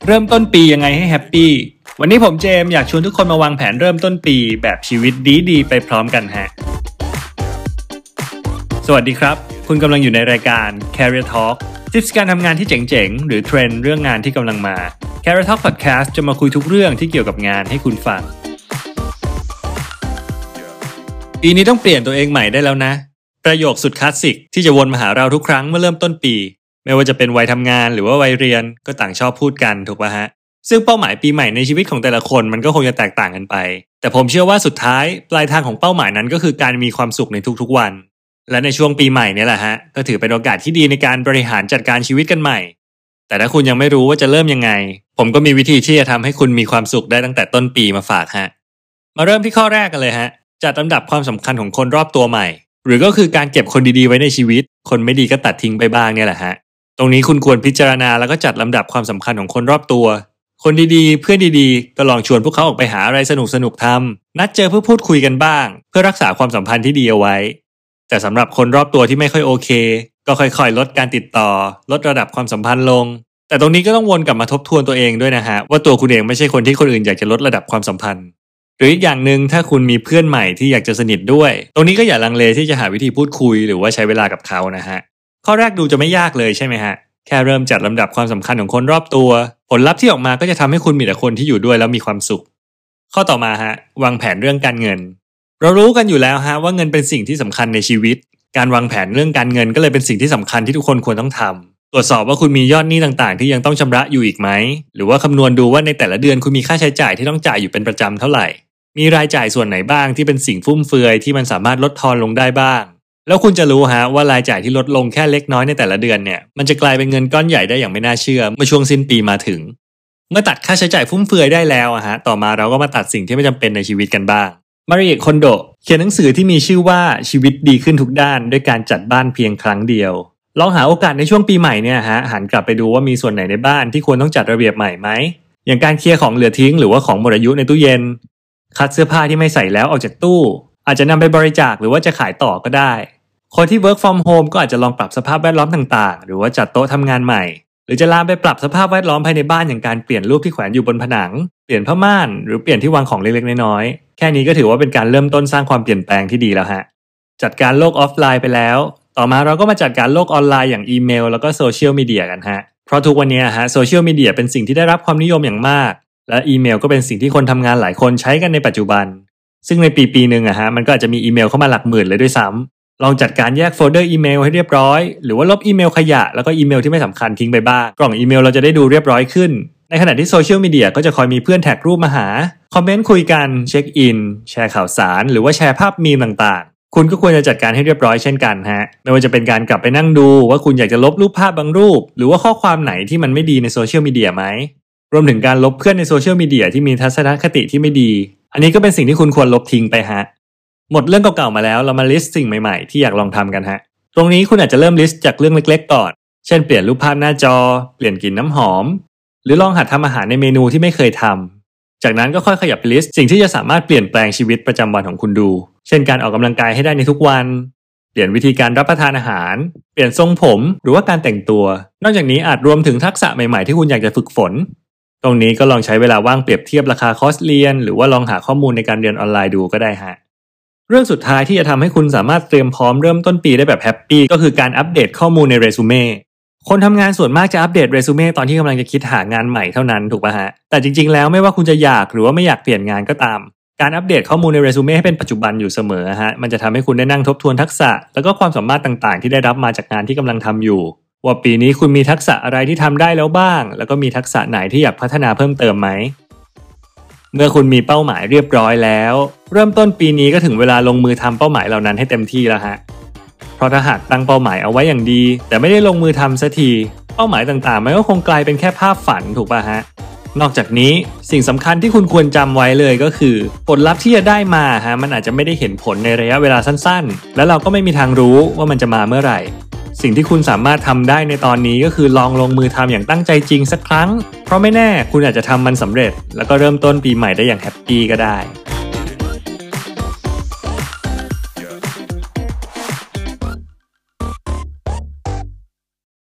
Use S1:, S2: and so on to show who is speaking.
S1: เริ่มต้นปียังไงให้แฮปปี้วันนี้ผมเจมอยากชวนทุกคนมาวางแผนเริ่มต้นปีแบบชีวิตดีๆไปพร้อมกันฮะสวัสดีครับคุณกำลังอยู่ในรายการ Career Talk ทิปส์การทำงานที่เจ๋งๆหรือเทรนด์เรื่องงานที่กำลังมา Career Talk Podcast จะมาคุยทุกเรื่องที่เกี่ยวกับงานให้คุณฟังปีนี้ต้องเปลี่ยนตัวเองใหม่ได้แล้วนะประโยคสุดคลาสสิกที่จะวนมาหาเราทุกครั้งเมื่อเริ่มต้นปีไม่ว่าจะเป็นวัยทำงานหรือว่าวัยเรียนก็ต่างชอบพูดกันถูกป่ะฮะซึ่งเป้าหมายปีใหม่ในชีวิตของแต่ละคนมันก็คงจะแตกต่างกันไปแต่ผมเชื่อว่าสุดท้ายปลายทางของเป้าหมายนั้นก็คือการมีความสุขในทุกๆวันและในช่วงปีใหม่นี่แหละฮะก็ถือเป็นโอกาสที่ดีในการบริหารจัดการชีวิตกันใหม่แต่ถ้าคุณยังไม่รู้ว่าจะเริ่มยังไงผมก็มีวิธีที่จะทำให้คุณมีความสุขได้ตั้งแต่ต้นปีมาฝากฮะมาเริ่มที่ข้อแรกกันเลยฮะจัดลำดับความสำคัญของคนรอบตัวใหม่หรือก็คือการเก็บคนดีๆไว้ในชีวิตคนไม่ดีก็ตัดทิ้งไปบ้างเนี่ยแหละฮะตรงนี้คุณควรพิจารณาแล้วก็จัดลำดับความสำคัญของคนรอบตัวคนดีๆเพื่อนดีๆก็ลองชวนพวกเขาออกไปหาอะไรสนุกๆทำนัดเจอเพื่อพูดคุยกันบ้างเพื่อรักษาความสัมพันธ์ที่ดีเอาไว้แต่สำหรับคนรอบตัวที่ไม่ค่อยโอเคก็ค่อยๆลดการติดต่อลดระดับความสัมพันธ์ลงแต่ตรงนี้ก็ต้องวนกลับมาทบทวนตัวเองด้วยนะฮะว่าตัวคุณเองไม่ใช่คนที่คนอื่นอยากจะลดระดับความสัมพันธ์หรืออีกอย่างหนึ่งถ้าคุณมีเพื่อนใหม่ที่อยากจะสนิทด้วยตรงนี้ก็อย่าลังเลที่จะหาวิธีพูดคุยหรือว่าใช้เวลากับเขานะฮะข้อแรกดูจะไม่ยากเลยใช่ไหมฮะแค่เริ่มจัดลำดับความสำคัญของคนรอบตัวผลลัพธ์ที่ออกมาก็จะทำให้คุณมีแต่คนที่อยู่ด้วยแล้วมีความสุขข้อต่อมาฮะวางแผนเรื่องการเงินเรารู้กันอยู่แล้วฮะว่าเงินเป็นสิ่งที่สำคัญในชีวิตการวางแผนเรื่องการเงินก็เลยเป็นสิ่งที่สำคัญที่ทุกคนควรต้องทำตรวจสอบว่าคุณมียอดหนี้ต่างๆที่ยังต้องชำระอยู่อีกไหมหรือว่าคำนวณดูว่าในแต่ละเดือนคุณมีค่าใช้จ่ายที่ต้องจ่ายอยู่เป็นประจำเท่าไหร่มีรายจ่ายส่วนไหนบ้างที่เป็นสิ่งฟุ่มเฟือยที่มันสามารถลดทอนลงได้บ้างแล้วคุณจะรู้ฮะว่ารายจ่ายที่ลดลงแค่เล็กน้อยในแต่ละเดือนเนี่ยมันจะกลายเป็นเงินก้อนใหญ่ได้อย่างไม่น่าเชื่อเมื่อช่วงสิ้นปีมาถึงเมื่อตัดค่าใช้จ่ายฟุ่มเฟือยได้แล้วต่อมาเราก็มาตัดสิ่งที่ไม่จำเป็นในชีวิตกันบ้างมาริเอะคอนโดเขียนหนังสือที่มีชื่อว่าชีวิตดีขึ้นทุกด้านด้วยการจัดบ้านเพียงครั้งเดียวลองหาโอกาสในช่วงปีใหม่เนี่ยหันกลับไปดูว่ามีส่วนไหนในบ้านที่ควรต้องจัดระเบียบใหม่ไหมอย่างการเคลียร์ของเหลือทิ้งหรือว่าของหมดอายุในตู้เย็นคัดเสื้อผ้าที่ไม่ใส่แล้วออกจากตู้อาจจะนำไปบริจาคหรือว่าจะขายต่อก็ได้คนที่ work from home ก็อาจจะลองปรับสภาพแวดล้อมต่างๆหรือว่าจัดโต๊ะทำงานใหม่หรือจะลามไปปรับสภาพแวดล้อมภายในบ้านอย่างการเปลี่ยนรูปที่แขวนอยู่บนผนังเปลี่ยนผ้าม่านหรือเปลี่ยนที่วางของเล็กๆน้อยๆแค่นี้ก็ถือว่าเป็นการเริ่มต้นสร้างความเปลี่ยนแปลงที่ดีแล้วฮะจัดการโลกออฟไลน์ไปแล้วต่อมาเราก็มาจัดการโลกออนไลน์อย่างอีเมลแล้วก็โซเชียลมีเดียกันฮะเพราะทุกวันนี้โซเชียลมีเดียเป็นสิ่งที่ได้รับความนิยมอย่างมากและอีเมลก็เป็นสิ่งที่คนทำงานหลายคนใช้กันในปัจจุบันซึ่งในปีนึงมันก็อาจจะมีอีเมลเข้ามาหลักหมื่นเลยด้วยซ้ำลองจัดการแยกโฟลเดอร์อีเมลให้เรียบร้อยหรือว่าลบอีเมลขยะแล้วก็อีเมลที่ไม่สำคัญทิ้งไปบ้างกล่องอีเมลเราจะได้ดูเรียบร้อยขึ้นในขณะที่โซเชียลมีเดียก็จะคอยมีเพื่อนแท็กรูปมาหาคอมเมนต์คุยกันเช็คอินแชร์ข่าวสารหรือว่าแชร์ภาพมีมต่างๆคุณก็ควรจะจัดการให้เรียบร้อยเช่นกันไม่ว่าจะเป็นการกลับไปนั่งดูว่าคุณอยากจะลบรูปภาพบางรูปหรือว่าข้อความไหนที่มันไม่ดีในโซเชียลมีเดียไหมรวมถึงการลบเพื่อนในโซเชียลมีเดียที่มีทัศนคติที่ไม่ดีอันนี้ก็เป็นสิ่งที่คุณควรลบทิ้งไปหมดเรื่องเก่าๆมาแล้วเรามาลิสต์สิ่งใหม่ๆที่อยากลองทำกันตรงนี้คุณอาจจะเริ่มลิสต์จากเรื่องเล็กๆก่อนเช่นเปลี่ยนรูปภาพหน้าจอเปลี่ยนกลิ่นน้ำหอมหรือลองหัดทำอาหารในเมนูที่ไม่เคยทำจากนั้นก็ค่อยขยับไปลิสต์สิ่งที่จะสามารถเปลี่ยนแปลงชีวิตประจำวันของคุณดูเช่นการออกกำลังกายให้ได้ในทุกวันเปลี่ยนวิธีการรับประทานอาหารเปลี่ยนทรงผมหรือว่าการแต่งตัวนอกจากนี้อาจรวมถึงทักษะใหม่ๆที่คุณอยากจะฝึกฝนตรงนี้ก็ลองใช้เวลาว่างเปรียบเทียบราคาคอร์สเรียนหรือว่าลองหาข้อมูลในการเรียนออนไลน์ดูก็ได้เรื่องสุดท้ายที่จะทำให้คุณสามารถเตรียมพร้อมเริ่มต้นปีได้แบบแฮปปี้ก็คือการอัปเดตข้อมูลในเรซูเม่คนทำงานส่วนมากจะอัปเดตเรซูเม่ตอนที่กำลังจะคิดหางานใหม่เท่านั้นถูกป่ะแต่จริงๆแล้วไม่ว่าคุณจะอยากหรือว่าไม่อยากเปลี่ยนงานก็ตามการอัปเดตข้อมูลในเรซูเม่ให้เป็นปัจจุบันอยู่เสมอมันจะทำให้คุณได้นั่งทบทวนทักษะแล้วก็ความสามารถต่างๆที่ได้รับมาจากงานที่กำลังทำอยู่ว่าปีนี้คุณมีทักษะอะไรที่ทำได้แล้วบ้างแล้วก็มีทักษะไหนที่อยากพัฒนาเพิ่มเติมไหมเมื่อคุณมีเป้าหมายเรียบร้อยแล้วเริ่มต้นปีนี้ก็ถึงเวลาลงมือทำเป้าหมายเหล่านั้นให้เต็มที่แล้วเพราะถ้าหากตั้งเป้าหมายเอาไว้อย่างดีแต่ไม่ได้ลงมือทำสักทีเป้าหมายต่างๆมันก็คงกลายเป็นแค่ภาพฝันถูกป่ะนอกจากนี้สิ่งสำคัญที่คุณควรจำไว้เลยก็คือผลลัพธ์ที่จะได้มามันอาจจะไม่ได้เห็นผลในระยะเวลาสั้นๆแล้วเราก็ไม่มีทางรู้ว่ามันจะมาเมื่อไหร่สิ่งที่คุณสามารถทำได้ในตอนนี้ก็คือลองลงมือทำอย่างตั้งใจจริงสักครั้งเพราะไม่แน่คุณอาจจะทำมันสำเร็จแล้วก็เริ่มต้นปีใหม่ได้อย่างแฮปปี้ก็ได้